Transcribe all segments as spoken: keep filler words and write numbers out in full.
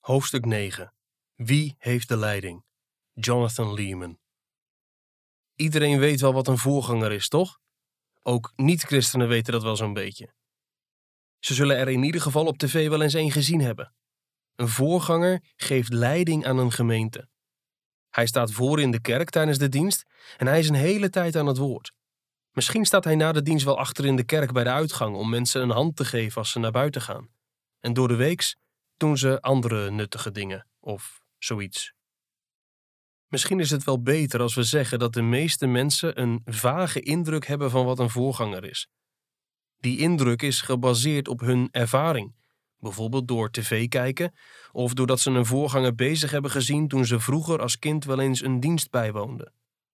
Hoofdstuk negen. Wie heeft de leiding? Jonathan Leeman. Iedereen weet wel wat een voorganger is, toch? Ook niet-christenen weten dat wel zo'n beetje. Ze zullen er in ieder geval op tv wel eens een gezien hebben. Een voorganger geeft leiding aan een gemeente. Hij staat voor in de kerk tijdens de dienst en hij is een hele tijd aan het woord. Misschien staat hij na de dienst wel achter in de kerk bij de uitgang om mensen een hand te geven als ze naar buiten gaan. En door de weeks doen ze andere nuttige dingen of zoiets. Misschien is het wel beter als we zeggen dat de meeste mensen een vage indruk hebben van wat een voorganger is. Die indruk is gebaseerd op hun ervaring, bijvoorbeeld door tv kijken of doordat ze een voorganger bezig hebben gezien toen ze vroeger als kind wel eens een dienst bijwoonden.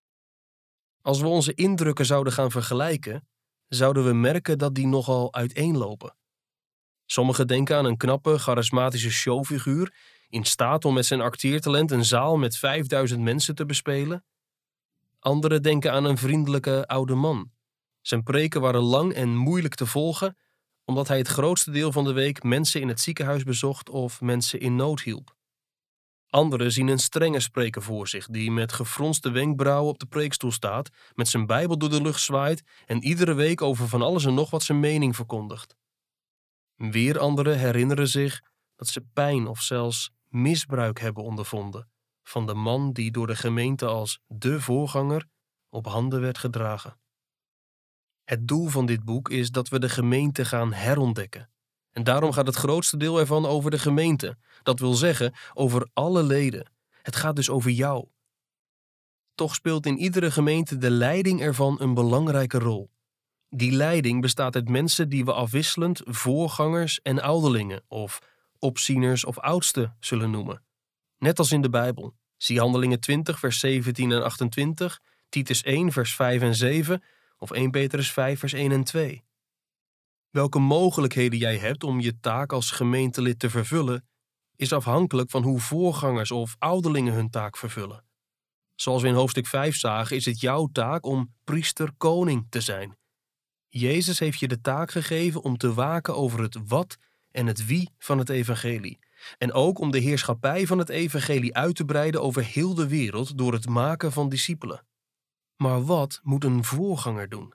Als we onze indrukken zouden gaan vergelijken, zouden we merken dat die nogal uiteenlopen. Sommigen denken aan een knappe, charismatische showfiguur, in staat om met zijn acteertalent een zaal met vijfduizend mensen te bespelen. Anderen denken aan een vriendelijke oude man. Zijn preken waren lang en moeilijk te volgen, omdat hij het grootste deel van de week mensen in het ziekenhuis bezocht of mensen in nood hielp. Anderen zien een strenge spreker voor zich, die met gefronste wenkbrauwen op de preekstoel staat, met zijn Bijbel door de lucht zwaait en iedere week over van alles en nog wat zijn mening verkondigt. Weer anderen herinneren zich dat ze pijn of zelfs misbruik hebben ondervonden van de man die door de gemeente als de voorganger op handen werd gedragen. Het doel van dit boek is dat we de gemeente gaan herontdekken. En daarom gaat het grootste deel ervan over de gemeente. Dat wil zeggen, over alle leden. Het gaat dus over jou. Toch speelt in iedere gemeente de leiding ervan een belangrijke rol. Die leiding bestaat uit mensen die we afwisselend voorgangers en ouderlingen of opzieners of oudsten zullen noemen. Net als in de Bijbel. Zie Handelingen twintig vers zeventien en achtentwintig, Titus één vers vijf en zeven of eerste Petrus vijf vers één en twee. Welke mogelijkheden jij hebt om je taak als gemeentelid te vervullen, is afhankelijk van hoe voorgangers of ouderlingen hun taak vervullen. Zoals we in hoofdstuk vijf zagen, is het jouw taak om priester-koning te zijn. Jezus heeft je de taak gegeven om te waken over het wat en het wie van het evangelie. En ook om de heerschappij van het evangelie uit te breiden over heel de wereld door het maken van discipelen. Maar wat moet een voorganger doen?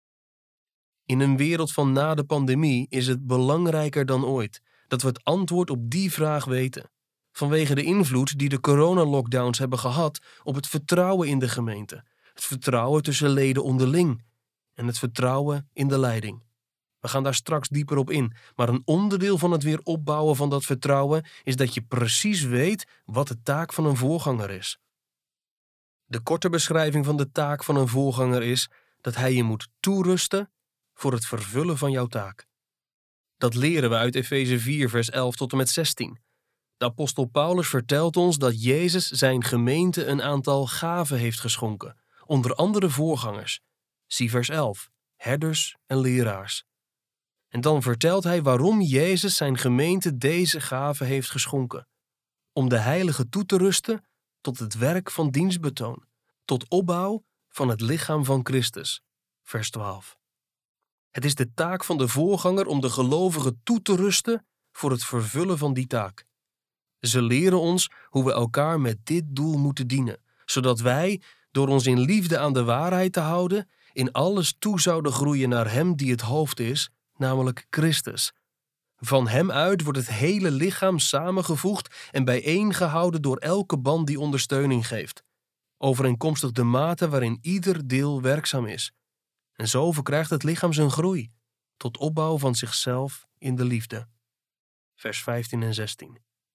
In een wereld van na de pandemie is het belangrijker dan ooit dat we het antwoord op die vraag weten. Vanwege de invloed die de coronalockdowns hebben gehad op het vertrouwen in de gemeente, het vertrouwen tussen leden onderling en het vertrouwen in de leiding. We gaan daar straks dieper op in, maar een onderdeel van het weer opbouwen van dat vertrouwen is dat je precies weet wat de taak van een voorganger is. De korte beschrijving van de taak van een voorganger is dat hij je moet toerusten voor het vervullen van jouw taak. Dat leren we uit Efeze vier vers elf tot en met zestien. De apostel Paulus vertelt ons dat Jezus zijn gemeente een aantal gaven heeft geschonken, onder andere voorgangers. Zie vers elf, herders en leraars. En dan vertelt hij waarom Jezus zijn gemeente deze gaven heeft geschonken. Om de heiligen toe te rusten tot het werk van dienstbetoon, tot opbouw van het lichaam van Christus. Vers twaalf. Het is de taak van de voorganger om de gelovigen toe te rusten voor het vervullen van die taak. Ze leren ons hoe we elkaar met dit doel moeten dienen, zodat wij, door ons in liefde aan de waarheid te houden, in alles toe zouden groeien naar Hem die het hoofd is, namelijk Christus. Van Hem uit wordt het hele lichaam samengevoegd en bijeengehouden door elke band die ondersteuning geeft, overeenkomstig de mate waarin ieder deel werkzaam is. En zo verkrijgt het lichaam zijn groei, tot opbouw van zichzelf in de liefde. Vers vijftien en zestien.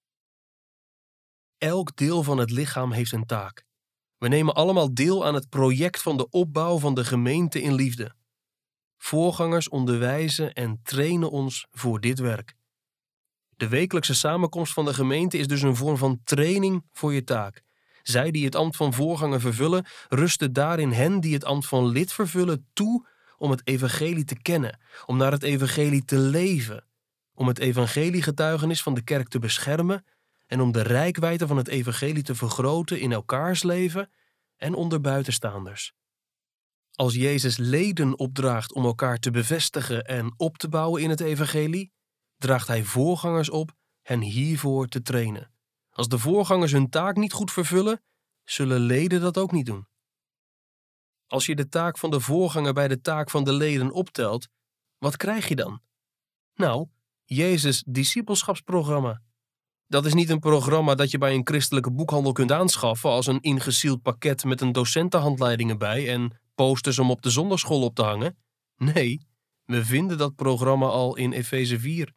Elk deel van het lichaam heeft een taak. We nemen allemaal deel aan het project van de opbouw van de gemeente in liefde. Voorgangers onderwijzen en trainen ons voor dit werk. De wekelijkse samenkomst van de gemeente is dus een vorm van training voor je taak. Zij die het ambt van voorganger vervullen, rusten daarin hen die het ambt van lid vervullen toe om het evangelie te kennen, om naar het evangelie te leven, om het evangeliegetuigenis van de kerk te beschermen en om de reikwijdte van het evangelie te vergroten in elkaars leven en onder buitenstaanders. Als Jezus leden opdraagt om elkaar te bevestigen en op te bouwen in het evangelie, draagt hij voorgangers op hen hiervoor te trainen. Als de voorgangers hun taak niet goed vervullen, zullen leden dat ook niet doen. Als je de taak van de voorganger bij de taak van de leden optelt, wat krijg je dan? Nou, Jezus' discipelschapsprogramma. Dat is niet een programma dat je bij een christelijke boekhandel kunt aanschaffen als een ingesield pakket met een docentenhandleidingen bij en posters om op de zondagschool op te hangen. Nee, we vinden dat programma al in Efeze vier.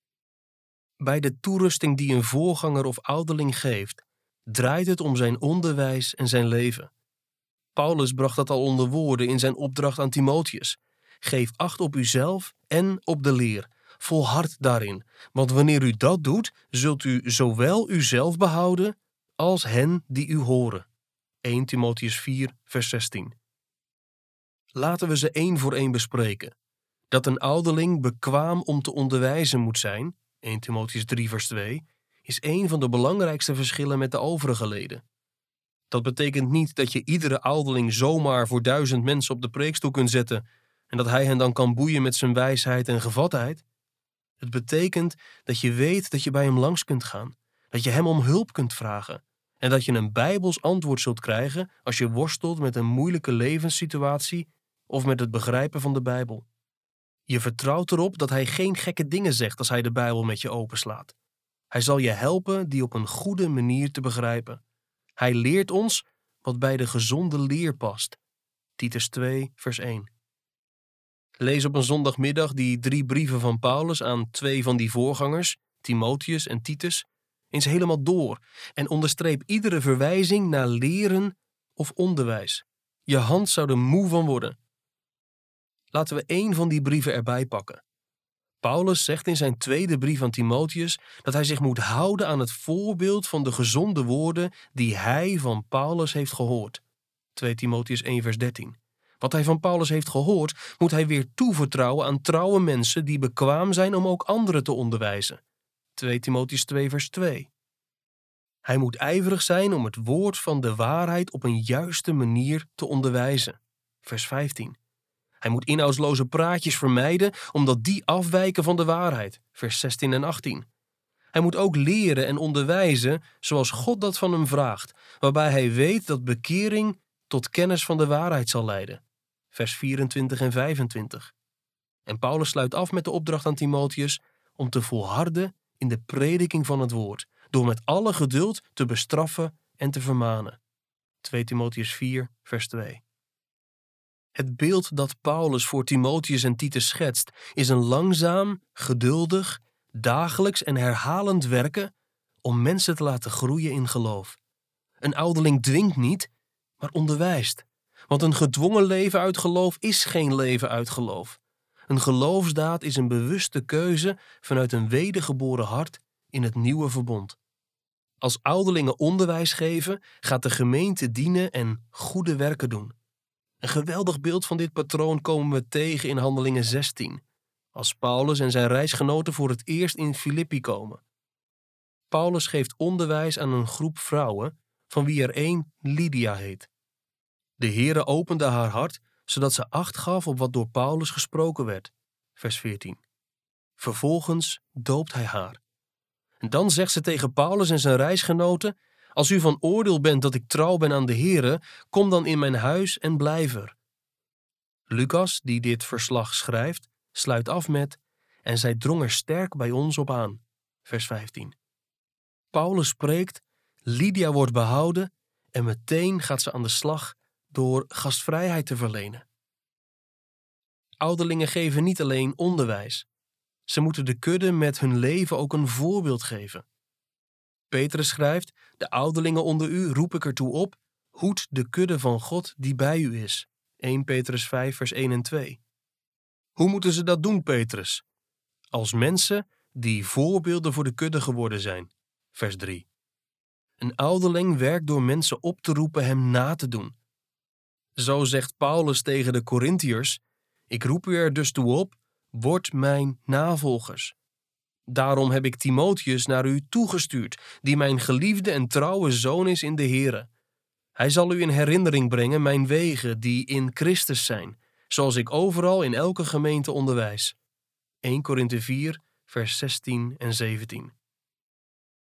Bij de toerusting die een voorganger of ouderling geeft, draait het om zijn onderwijs en zijn leven. Paulus bracht dat al onder woorden in zijn opdracht aan Timotheus. Geef acht op uzelf en op de leer. Volhard daarin, want wanneer u dat doet, zult u zowel uzelf behouden als hen die u horen. Eerste Timotheus vier, vers zestien. Laten we ze één voor één bespreken. Dat een ouderling bekwaam om te onderwijzen moet zijn, Eerste Timotheus drie, vers twee, is een van de belangrijkste verschillen met de overige leden. Dat betekent niet dat je iedere ouderling zomaar voor duizend mensen op de preekstoel kunt zetten en dat hij hen dan kan boeien met zijn wijsheid en gevatheid. Het betekent dat je weet dat je bij hem langs kunt gaan, dat je hem om hulp kunt vragen en dat je een bijbels antwoord zult krijgen als je worstelt met een moeilijke levenssituatie of met het begrijpen van de Bijbel. Je vertrouwt erop dat hij geen gekke dingen zegt als hij de Bijbel met je openslaat. Hij zal je helpen die op een goede manier te begrijpen. Hij leert ons wat bij de gezonde leer past. Titus twee, vers één. Lees op een zondagmiddag die drie brieven van Paulus aan twee van die voorgangers, Timotheus en Titus, eens helemaal door en onderstreep iedere verwijzing naar leren of onderwijs. Je hand zou er moe van worden. Laten we één van die brieven erbij pakken. Paulus zegt in zijn tweede brief aan Timotheus dat hij zich moet houden aan het voorbeeld van de gezonde woorden die hij van Paulus heeft gehoord. tweede Timotheus één, vers dertien. Wat hij van Paulus heeft gehoord, moet hij weer toevertrouwen aan trouwe mensen die bekwaam zijn om ook anderen te onderwijzen. tweede Timotheus twee, vers twee. Hij moet ijverig zijn om het woord van de waarheid op een juiste manier te onderwijzen. Vers vijftien. Hij moet inhoudsloze praatjes vermijden, omdat die afwijken van de waarheid. Vers zestien en achttien. Hij moet ook leren en onderwijzen zoals God dat van hem vraagt, waarbij hij weet dat bekering tot kennis van de waarheid zal leiden. Vers vierentwintig en vijfentwintig. En Paulus sluit af met de opdracht aan Timotheus om te volharden in de prediking van het woord, door met alle geduld te bestraffen en te vermanen. tweede Timotheus vier, vers twee. Het beeld dat Paulus voor Timotheus en Titus schetst is een langzaam, geduldig, dagelijks en herhalend werken om mensen te laten groeien in geloof. Een ouderling dwingt niet, maar onderwijst. Want een gedwongen leven uit geloof is geen leven uit geloof. Een geloofsdaad is een bewuste keuze vanuit een wedergeboren hart in het nieuwe verbond. Als ouderlingen onderwijs geven, gaat de gemeente dienen en goede werken doen. Een geweldig beeld van dit patroon komen we tegen in Handelingen zestien, als Paulus en zijn reisgenoten voor het eerst in Filippi komen. Paulus geeft onderwijs aan een groep vrouwen, van wie er één Lydia heet. De Heere opende haar hart, zodat ze acht gaf op wat door Paulus gesproken werd. Vers veertien. Vervolgens doopt hij haar. En dan zegt ze tegen Paulus en zijn reisgenoten: als u van oordeel bent dat ik trouw ben aan de Heere, kom dan in mijn huis en blijf er. Lucas, die dit verslag schrijft, sluit af met: en zij drong er sterk bij ons op aan. Vers vijftien. Paulus spreekt, Lydia wordt behouden en meteen gaat ze aan de slag door gastvrijheid te verlenen. Ouderlingen geven niet alleen onderwijs. Ze moeten de kudde met hun leven ook een voorbeeld geven. Petrus schrijft: de ouderlingen onder u roep ik ertoe op, hoed de kudde van God die bij u is. Eerste Petrus vijf, vers één en twee. Hoe moeten ze dat doen, Petrus? Als mensen die voorbeelden voor de kudde geworden zijn. Vers drie. Een ouderling werkt door mensen op te roepen hem na te doen. Zo zegt Paulus tegen de Korintiërs: ik roep u er dus toe op, word mijn navolgers. Daarom heb ik Timotheus naar u toegestuurd, die mijn geliefde en trouwe zoon is in de Here. Hij zal u in herinnering brengen mijn wegen die in Christus zijn, zoals ik overal in elke gemeente onderwijs. Eerste Korinthe vier, vers zestien en zeventien.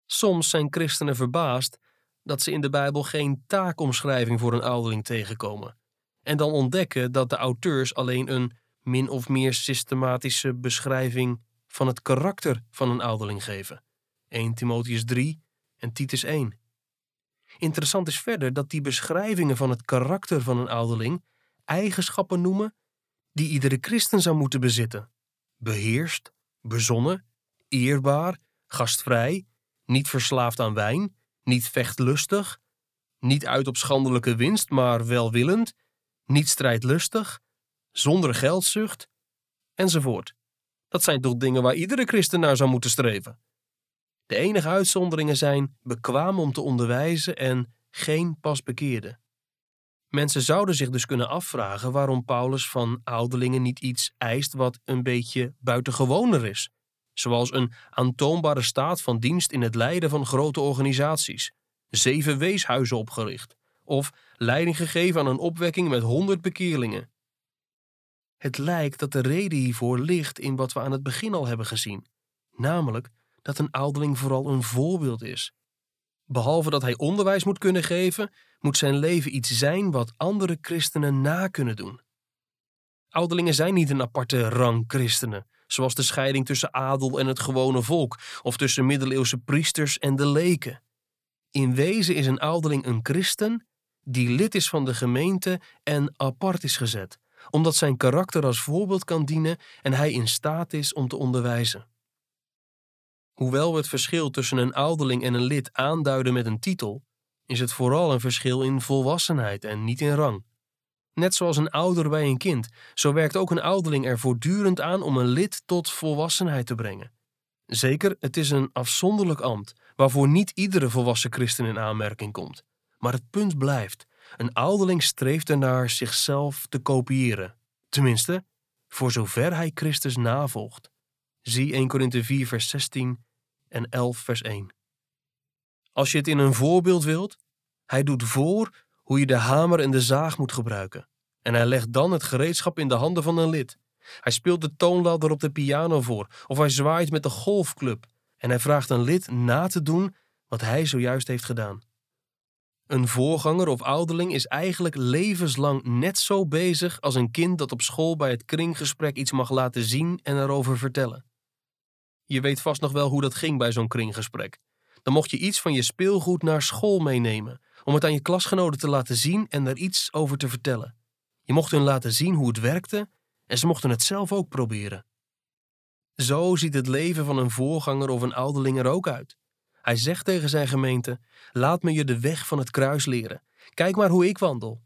Soms zijn christenen verbaasd dat ze in de Bijbel geen taakomschrijving voor een ouderling tegenkomen en dan ontdekken dat de auteurs alleen een min of meer systematische beschrijving van het karakter van een ouderling geven. Eerste Timotheüs drie en Titus één. Interessant is verder dat die beschrijvingen van het karakter van een ouderling eigenschappen noemen die iedere christen zou moeten bezitten. Beheerst, bezonnen, eerbaar, gastvrij, niet verslaafd aan wijn, niet vechtlustig, niet uit op schandelijke winst, maar welwillend, niet strijdlustig, zonder geldzucht, enzovoort. Dat zijn toch dingen waar iedere christen naar zou moeten streven. De enige uitzonderingen zijn bekwaam om te onderwijzen en geen pasbekeerde. Mensen zouden zich dus kunnen afvragen waarom Paulus van ouderlingen niet iets eist wat een beetje buitengewoner is, zoals een aantoonbare staat van dienst in het leiden van grote organisaties, zeven weeshuizen opgericht of leiding gegeven aan een opwekking met honderd bekeerlingen. Het lijkt dat de reden hiervoor ligt in wat we aan het begin al hebben gezien, namelijk dat een ouderling vooral een voorbeeld is. Behalve dat hij onderwijs moet kunnen geven, moet zijn leven iets zijn wat andere christenen na kunnen doen. Ouderlingen zijn niet een aparte rang christenen, zoals de scheiding tussen adel en het gewone volk of tussen middeleeuwse priesters en de leken. In wezen is een ouderling een christen die lid is van de gemeente en apart is gezet, omdat zijn karakter als voorbeeld kan dienen en hij in staat is om te onderwijzen. Hoewel we het verschil tussen een ouderling en een lid aanduiden met een titel, is het vooral een verschil in volwassenheid en niet in rang. Net zoals een ouder bij een kind, zo werkt ook een ouderling er voortdurend aan om een lid tot volwassenheid te brengen. Zeker, het is een afzonderlijk ambt, waarvoor niet iedere volwassen christen in aanmerking komt. Maar het punt blijft, een ouderling streeft ernaar zichzelf te kopiëren. Tenminste, voor zover hij Christus navolgt. Zie Eerste Korinthe vier vers zestien en elf vers één. Als je het in een voorbeeld wilt, hij doet voor hoe je de hamer en de zaag moet gebruiken. En hij legt dan het gereedschap in de handen van een lid. Hij speelt de toonladder op de piano voor, of hij zwaait met de golfclub. En hij vraagt een lid na te doen wat hij zojuist heeft gedaan. Een voorganger of ouderling is eigenlijk levenslang net zo bezig als een kind dat op school bij het kringgesprek iets mag laten zien en erover vertellen. Je weet vast nog wel hoe dat ging bij zo'n kringgesprek. Dan mocht je iets van je speelgoed naar school meenemen, om het aan je klasgenoten te laten zien en er iets over te vertellen. Je mocht hun laten zien hoe het werkte en ze mochten het zelf ook proberen. Zo ziet het leven van een voorganger of een ouderling er ook uit. Hij zegt tegen zijn gemeente: laat me je de weg van het kruis leren. Kijk maar hoe ik wandel.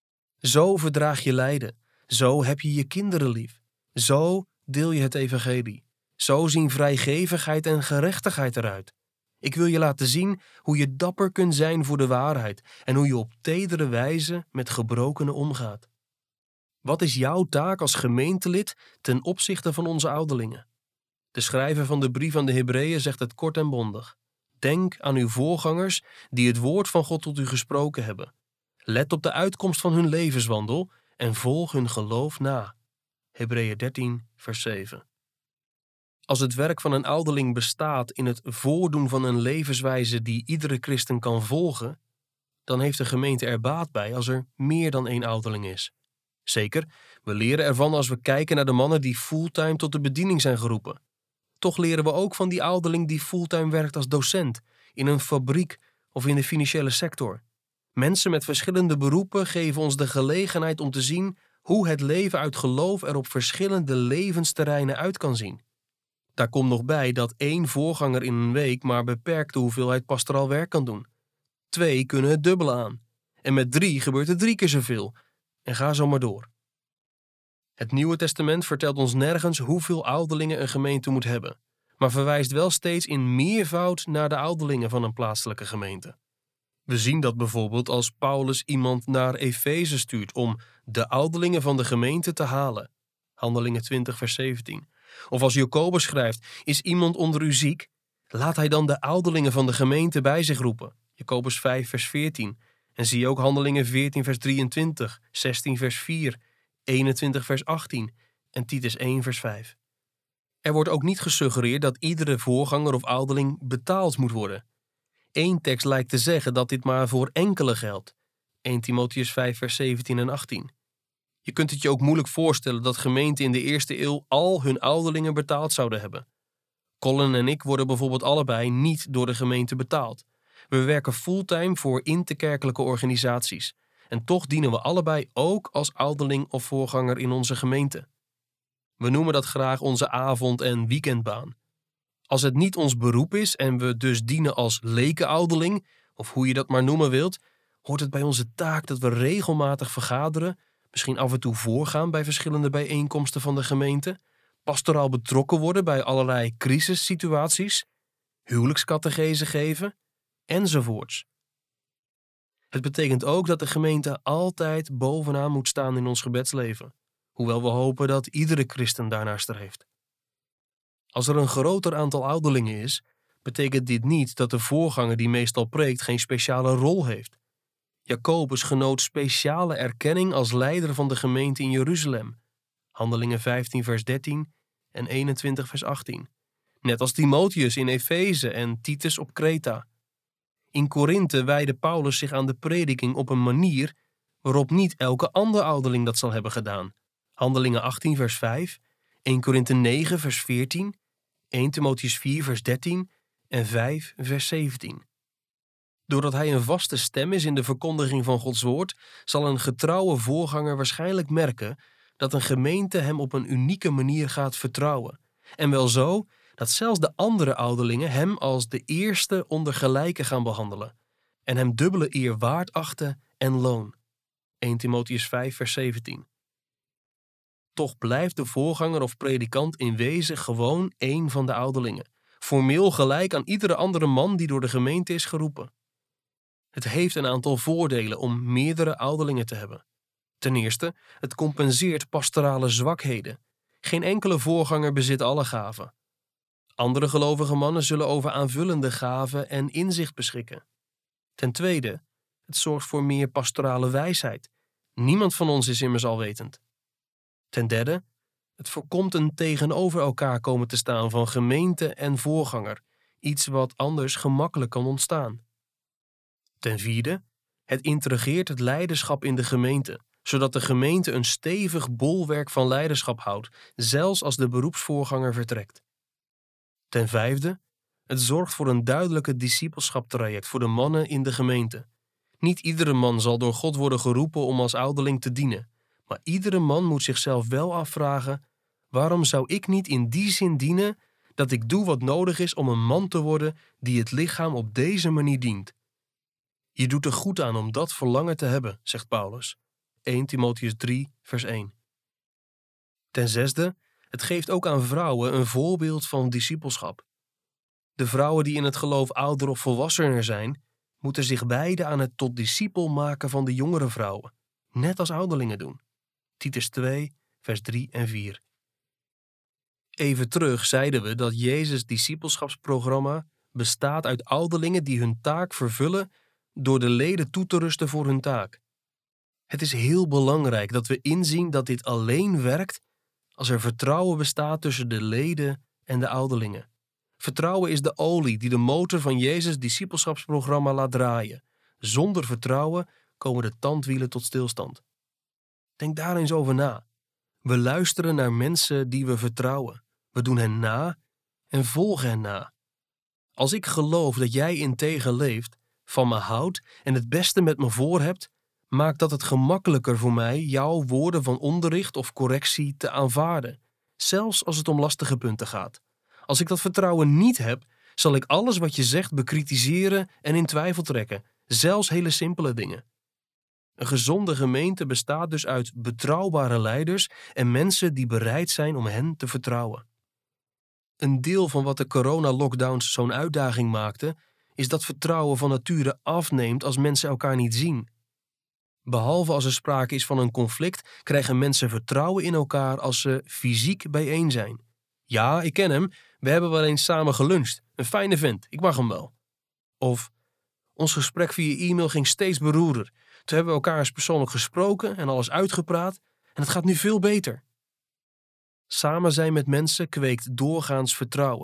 Zo verdraag je lijden. Zo heb je je kinderen lief. Zo deel je het evangelie. Zo zien vrijgevigheid en gerechtigheid eruit. Ik wil je laten zien hoe je dapper kunt zijn voor de waarheid en hoe je op tedere wijze met gebrokenen omgaat. Wat is jouw taak als gemeentelid ten opzichte van onze ouderlingen? De schrijver van de brief aan de Hebreeën zegt het kort en bondig. Denk aan uw voorgangers die het woord van God tot u gesproken hebben. Let op de uitkomst van hun levenswandel en volg hun geloof na. Hebreeën dertien, vers zeven. Als het werk van een ouderling bestaat in het voordoen van een levenswijze die iedere christen kan volgen, dan heeft de gemeente er baat bij als er meer dan één ouderling is. Zeker, we leren ervan als we kijken naar de mannen die fulltime tot de bediening zijn geroepen. Toch leren we ook van die ouderling die fulltime werkt als docent, in een fabriek of in de financiële sector. Mensen met verschillende beroepen geven ons de gelegenheid om te zien hoe het leven uit geloof er op verschillende levensterreinen uit kan zien. Daar komt nog bij dat één voorganger in een week maar beperkte hoeveelheid pastoraal werk kan doen. Twee kunnen het dubbele aan. En met drie gebeurt er drie keer zoveel. En ga zo maar door. Het Nieuwe Testament vertelt ons nergens hoeveel ouderlingen een gemeente moet hebben, maar verwijst wel steeds in meervoud naar de ouderlingen van een plaatselijke gemeente. We zien dat bijvoorbeeld als Paulus iemand naar Efeze stuurt om de ouderlingen van de gemeente te halen. Handelingen twintig vers zeventien. Of als Jacobus schrijft, is iemand onder u ziek? Laat hij dan de ouderlingen van de gemeente bij zich roepen. Jacobus vijf vers veertien. En zie ook Handelingen veertien vers drieëntwintig, zestien vers vier, eenentwintig vers achttien en Titus één vers vijf. Er wordt ook niet gesuggereerd dat iedere voorganger of ouderling betaald moet worden. Eén tekst lijkt te zeggen dat dit maar voor enkele geldt. Eerste Timotheüs vijf vers zeventien en achttien. Je kunt het je ook moeilijk voorstellen dat gemeenten in de eerste eeuw al hun ouderlingen betaald zouden hebben. Colin en ik worden bijvoorbeeld allebei niet door de gemeente betaald. We werken fulltime voor interkerkelijke organisaties. En toch dienen we allebei ook als ouderling of voorganger in onze gemeente. We noemen dat graag onze avond- en weekendbaan. Als het niet ons beroep is en we dus dienen als lekenouderling, of hoe je dat maar noemen wilt, hoort het bij onze taak dat we regelmatig vergaderen, misschien af en toe voorgaan bij verschillende bijeenkomsten van de gemeente, pastoraal betrokken worden bij allerlei crisissituaties, huwelijkscategese geven, enzovoorts. Het betekent ook dat de gemeente altijd bovenaan moet staan in ons gebedsleven, hoewel we hopen dat iedere christen daarnaar streeft. Als er een groter aantal ouderlingen is, betekent dit niet dat de voorganger die meestal preekt geen speciale rol heeft. Jacobus genoot speciale erkenning als leider van de gemeente in Jeruzalem, Handelingen vijftien vers dertien en eenentwintig vers achttien. Net als Timotheus in Efeze en Titus op Kreta. In Korinthe wijde Paulus zich aan de prediking op een manier waarop niet elke andere ouderling dat zal hebben gedaan. Handelingen achttien vers vijf, Eerste Korinthe negen vers veertien, Eerste Timotheüs vier vers dertien en vijf vers zeventien. Doordat hij een vaste stem is in de verkondiging van Gods woord, zal een getrouwe voorganger waarschijnlijk merken dat een gemeente hem op een unieke manier gaat vertrouwen. En wel zo dat zelfs de andere ouderlingen hem als de eerste onder gelijken gaan behandelen en hem dubbele eer waard achten en loon. Eerste Timotheüs vijf vers zeventien. Toch blijft de voorganger of predikant in wezen gewoon één van de ouderlingen, formeel gelijk aan iedere andere man die door de gemeente is geroepen. Het heeft een aantal voordelen om meerdere ouderlingen te hebben. Ten eerste, het compenseert pastorale zwakheden. Geen enkele voorganger bezit alle gaven. Andere gelovige mannen zullen over aanvullende gaven en inzicht beschikken. Ten tweede, het zorgt voor meer pastorale wijsheid. Niemand van ons is immers alwetend. Ten derde, het voorkomt een tegenover elkaar komen te staan van gemeente en voorganger, iets wat anders gemakkelijk kan ontstaan. Ten vierde, het integreert het leiderschap in de gemeente, zodat de gemeente een stevig bolwerk van leiderschap houdt, zelfs als de beroepsvoorganger vertrekt. Ten vijfde, het zorgt voor een duidelijke discipelschaptraject voor de mannen in de gemeente. Niet iedere man zal door God worden geroepen om als ouderling te dienen, maar iedere man moet zichzelf wel afvragen: waarom zou ik niet in die zin dienen dat ik doe wat nodig is om een man te worden die het lichaam op deze manier dient? Je doet er goed aan om dat verlangen te hebben, zegt Paulus. Eerste Timotheüs drie vers één. Ten zesde, het geeft ook aan vrouwen een voorbeeld van discipelschap. De vrouwen die in het geloof ouder of volwassener zijn, moeten zich wijden aan het tot discipel maken van de jongere vrouwen, net als ouderlingen doen. Titus twee vers drie en vier. Even terug zeiden we dat Jezus' discipelschapsprogramma bestaat uit ouderlingen die hun taak vervullen door de leden toe te rusten voor hun taak. Het is heel belangrijk dat we inzien dat dit alleen werkt als er vertrouwen bestaat tussen de leden en de ouderlingen. Vertrouwen is de olie die de motor van Jezus' discipelschapsprogramma laat draaien. Zonder vertrouwen komen de tandwielen tot stilstand. Denk daar eens over na. We luisteren naar mensen die we vertrouwen. We doen hen na en volgen hen na. Als ik geloof dat jij integer leeft, van me houdt en het beste met me voor hebt, maakt dat het gemakkelijker voor mij jouw woorden van onderricht of correctie te aanvaarden, zelfs als het om lastige punten gaat. Als ik dat vertrouwen niet heb, zal ik alles wat je zegt bekritiseren en in twijfel trekken, zelfs hele simpele dingen. Een gezonde gemeente bestaat dus uit betrouwbare leiders en mensen die bereid zijn om hen te vertrouwen. Een deel van wat de corona-lockdowns zo'n uitdaging maakte, is dat vertrouwen van nature afneemt als mensen elkaar niet zien. Behalve als er sprake is van een conflict, krijgen mensen vertrouwen in elkaar als ze fysiek bijeen zijn. Ja, ik ken hem, we hebben wel eens samen geluncht. Een fijne vent, ik mag hem wel. Of, ons gesprek via e-mail ging steeds beroerder. Toen hebben we elkaar eens persoonlijk gesproken en alles uitgepraat en het gaat nu veel beter. Samen zijn met mensen kweekt doorgaans vertrouwen.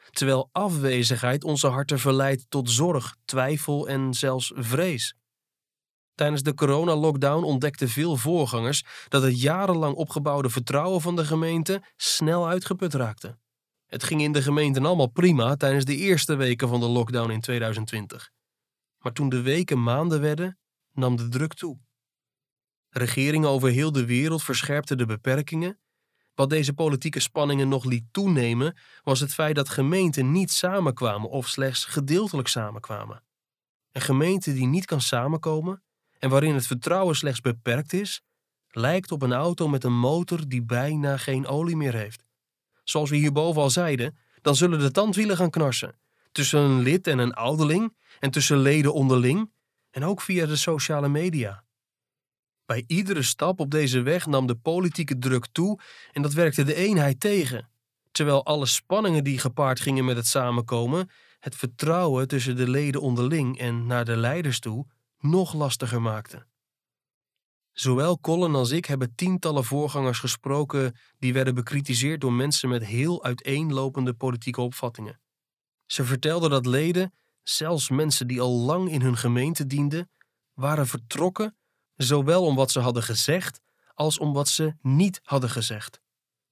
terwijl afwezigheid onze harten verleidt tot zorg, twijfel en zelfs vrees. Tijdens de corona-lockdown ontdekten veel voorgangers dat het jarenlang opgebouwde vertrouwen van de gemeente snel uitgeput raakte. Het ging in de gemeenten allemaal prima tijdens de eerste weken van de lockdown in tweeduizend twintig. Maar toen de weken maanden werden, nam de druk toe. Regeringen over heel de wereld verscherpten de beperkingen. Wat deze politieke spanningen nog liet toenemen, was het feit dat gemeenten niet samenkwamen of slechts gedeeltelijk samenkwamen. Een gemeente die niet kan samenkomen en waarin het vertrouwen slechts beperkt is, lijkt op een auto met een motor die bijna geen olie meer heeft. Zoals we hierboven al zeiden, dan zullen de tandwielen gaan knarsen. Tussen een lid en een ouderling en tussen leden onderling en ook via de sociale media. Bij iedere stap op deze weg nam de politieke druk toe en dat werkte de eenheid tegen. Terwijl alle spanningen die gepaard gingen met het samenkomen, het vertrouwen tussen de leden onderling en naar de leiders toe nog lastiger maakten. Zowel Colin als ik hebben tientallen voorgangers gesproken die werden bekritiseerd door mensen met heel uiteenlopende politieke opvattingen. Ze vertelden dat leden, zelfs mensen die al lang in hun gemeente dienden, waren vertrokken, zowel om wat ze hadden gezegd als om wat ze niet hadden gezegd.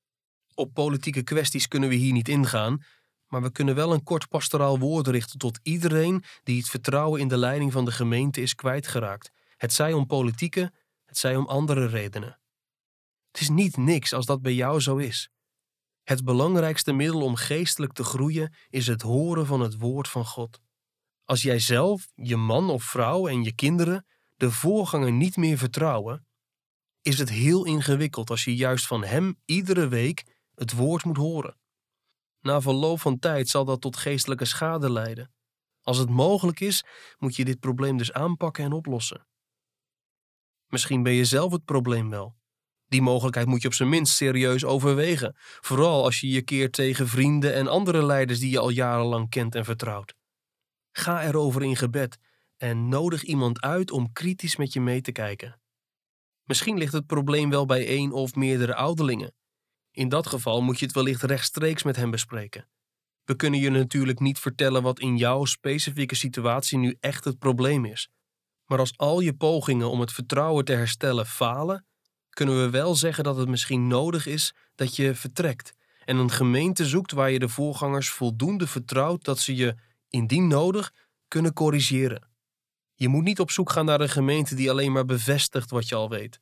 Op politieke kwesties kunnen we hier niet ingaan, maar we kunnen wel een kort pastoraal woord richten tot iedereen die het vertrouwen in de leiding van de gemeente is kwijtgeraakt. Het zij om politieke, het zij om andere redenen. Het is niet niks als dat bij jou zo is. Het belangrijkste middel om geestelijk te groeien is het horen van het woord van God. Als jij zelf, je man of vrouw en je kinderen de voorganger niet meer vertrouwen, is het heel ingewikkeld als je juist van hem iedere week het woord moet horen. Na verloop van tijd zal dat tot geestelijke schade leiden. Als het mogelijk is, moet je dit probleem dus aanpakken en oplossen. Misschien ben je zelf het probleem wel. Die mogelijkheid moet je op zijn minst serieus overwegen, vooral als je je keert tegen vrienden en andere leiders die je al jarenlang kent en vertrouwt. Ga erover in gebed en nodig iemand uit om kritisch met je mee te kijken. Misschien ligt het probleem wel bij één of meerdere ouderlingen. In dat geval moet je het wellicht rechtstreeks met hen bespreken. We kunnen je natuurlijk niet vertellen wat in jouw specifieke situatie nu echt het probleem is. Maar als al je pogingen om het vertrouwen te herstellen falen, kunnen we wel zeggen dat het misschien nodig is dat je vertrekt en een gemeente zoekt waar je de voorgangers voldoende vertrouwt dat ze je, indien nodig, kunnen corrigeren. Je moet niet op zoek gaan naar een gemeente die alleen maar bevestigt wat je al weet.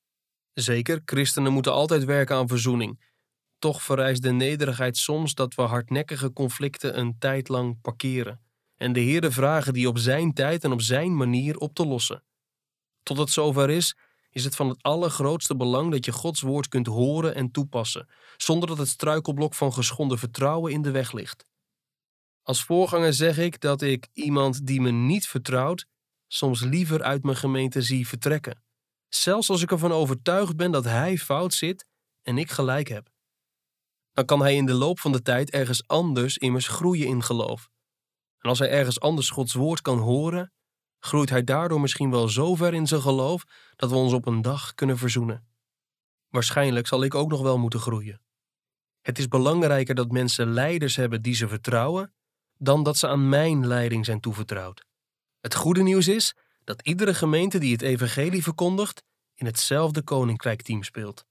Zeker, christenen moeten altijd werken aan verzoening. Toch vereist de nederigheid soms dat we hardnekkige conflicten een tijd lang parkeren en de Heere vragen die op zijn tijd en op zijn manier op te lossen. Tot het zover is, is het van het allergrootste belang dat je Gods woord kunt horen en toepassen, zonder dat het struikelblok van geschonden vertrouwen in de weg ligt. Als voorganger zeg ik dat ik iemand die me niet vertrouwt, soms liever uit mijn gemeente zie vertrekken. Zelfs als ik ervan overtuigd ben dat hij fout zit en ik gelijk heb. Dan kan hij in de loop van de tijd ergens anders immers groeien in geloof. En als hij ergens anders Gods woord kan horen, groeit hij daardoor misschien wel zo ver in zijn geloof dat we ons op een dag kunnen verzoenen. Waarschijnlijk zal ik ook nog wel moeten groeien. Het is belangrijker dat mensen leiders hebben die ze vertrouwen, dan dat ze aan mijn leiding zijn toevertrouwd. Het goede nieuws is dat iedere gemeente die het evangelie verkondigt in hetzelfde koninkrijkteam speelt.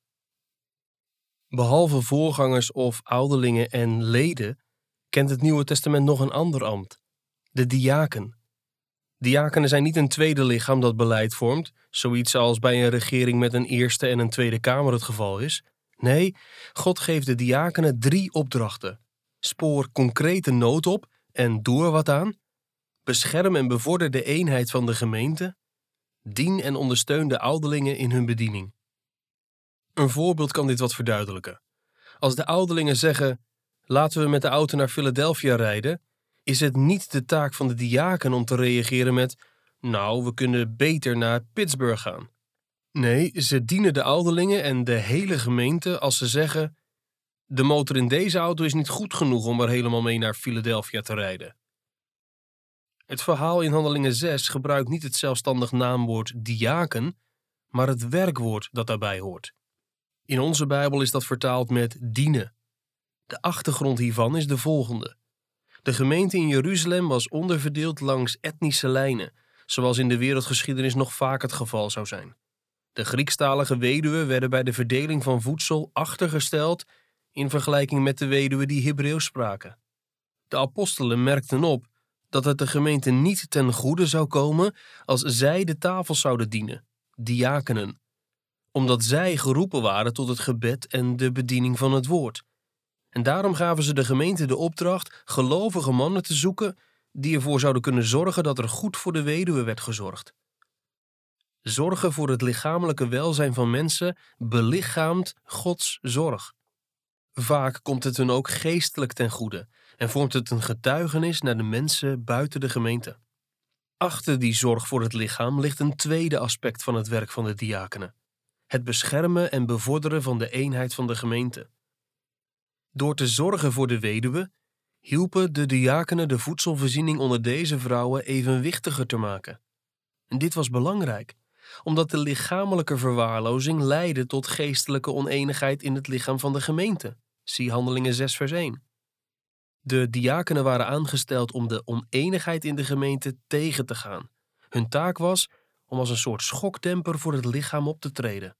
Behalve voorgangers of ouderlingen en leden, kent het Nieuwe Testament nog een ander ambt, de diaken. Diakenen zijn niet een tweede lichaam dat beleid vormt, zoiets als bij een regering met een Eerste en een Tweede Kamer het geval is. Nee, God geeft de diakenen drie opdrachten. Spoor concrete nood op en doe er wat aan. Bescherm en bevorder de eenheid van de gemeente. Dien en ondersteun de ouderlingen in hun bediening. Een voorbeeld kan dit wat verduidelijken. Als de ouderlingen zeggen, laten we met de auto naar Philadelphia rijden, is het niet de taak van de diaken om te reageren met, nou, we kunnen beter naar Pittsburgh gaan. Nee, ze dienen de ouderlingen en de hele gemeente als ze zeggen, de motor in deze auto is niet goed genoeg om er helemaal mee naar Philadelphia te rijden. Het verhaal in Handelingen zes gebruikt niet het zelfstandig naamwoord diaken, maar het werkwoord dat daarbij hoort. In onze Bijbel is dat vertaald met dienen. De achtergrond hiervan is de volgende. De gemeente in Jeruzalem was onderverdeeld langs etnische lijnen, zoals in de wereldgeschiedenis nog vaak het geval zou zijn. De Griekstalige weduwen werden bij de verdeling van voedsel achtergesteld in vergelijking met de weduwen die Hebreeuws spraken. De apostelen merkten op dat het de gemeente niet ten goede zou komen als zij de tafels zouden dienen, diakenen, omdat zij geroepen waren tot het gebed en de bediening van het woord. En daarom gaven ze de gemeente de opdracht gelovige mannen te zoeken die ervoor zouden kunnen zorgen dat er goed voor de weduwe werd gezorgd. Zorgen voor het lichamelijke welzijn van mensen belichaamt Gods zorg. Vaak komt het hun ook geestelijk ten goede en vormt het een getuigenis naar de mensen buiten de gemeente. Achter die zorg voor het lichaam ligt een tweede aspect van het werk van de diakenen: het beschermen en bevorderen van de eenheid van de gemeente. Door te zorgen voor de weduwe hielpen de diakenen de voedselvoorziening onder deze vrouwen evenwichtiger te maken. En dit was belangrijk, omdat de lichamelijke verwaarlozing leidde tot geestelijke oneenigheid in het lichaam van de gemeente. Zie Handelingen zes vers één. De diakenen waren aangesteld om de oneenigheid in de gemeente tegen te gaan. Hun taak was om als een soort schokdemper voor het lichaam op te treden.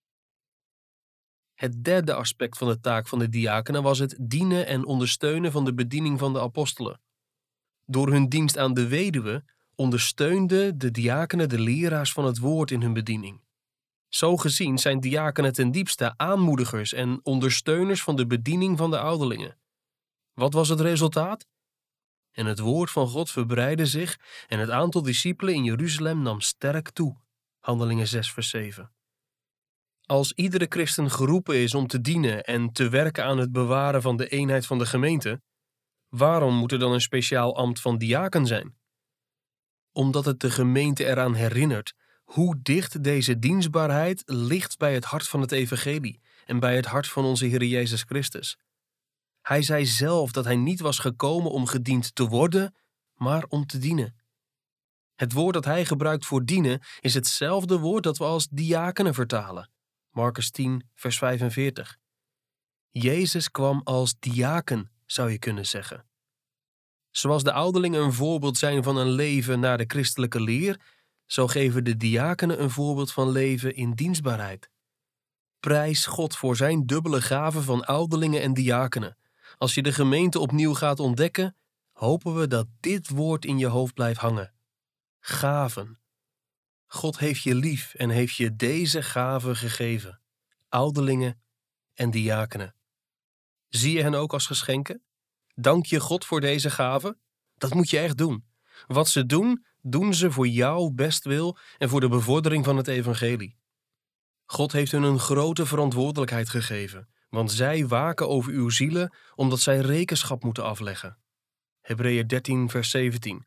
Het derde aspect van de taak van de diakenen was het dienen en ondersteunen van de bediening van de apostelen. Door hun dienst aan de weduwe ondersteunden de diakenen de leraars van het woord in hun bediening. Zo gezien zijn diakenen ten diepste aanmoedigers en ondersteuners van de bediening van de ouderlingen. Wat was het resultaat? En het woord van God verbreidde zich en het aantal discipelen in Jeruzalem nam sterk toe. Handelingen zes vers zeven. Als iedere christen geroepen is om te dienen en te werken aan het bewaren van de eenheid van de gemeente, waarom moet er dan een speciaal ambt van diaken zijn? Omdat het de gemeente eraan herinnert hoe dicht deze dienstbaarheid ligt bij het hart van het evangelie en bij het hart van onze Heer Jezus Christus. Hij zei zelf dat hij niet was gekomen om gediend te worden, maar om te dienen. Het woord dat hij gebruikt voor dienen is hetzelfde woord dat we als diakenen vertalen. Markus tien, vers vijfenveertig. Jezus kwam als diaken, zou je kunnen zeggen. Zoals de ouderlingen een voorbeeld zijn van een leven naar de christelijke leer, zo geven de diakenen een voorbeeld van leven in dienstbaarheid. Prijs God voor zijn dubbele gave van ouderlingen en diakenen. Als je de gemeente opnieuw gaat ontdekken, hopen we dat dit woord in je hoofd blijft hangen. Gaven. God heeft je lief en heeft je deze gaven gegeven. Ouderlingen en diakenen. Zie je hen ook als geschenken? Dank je God voor deze gaven? Dat moet je echt doen. Wat ze doen, doen ze voor jouw bestwil en voor de bevordering van het evangelie. God heeft hun een grote verantwoordelijkheid gegeven, want zij waken over uw zielen, omdat zij rekenschap moeten afleggen. Hebreeën dertien, vers zeventien.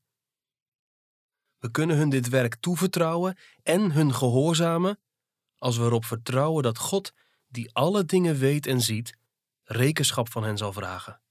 We kunnen hun dit werk toevertrouwen en hun gehoorzamen als we erop vertrouwen dat God, die alle dingen weet en ziet, rekenschap van hen zal vragen.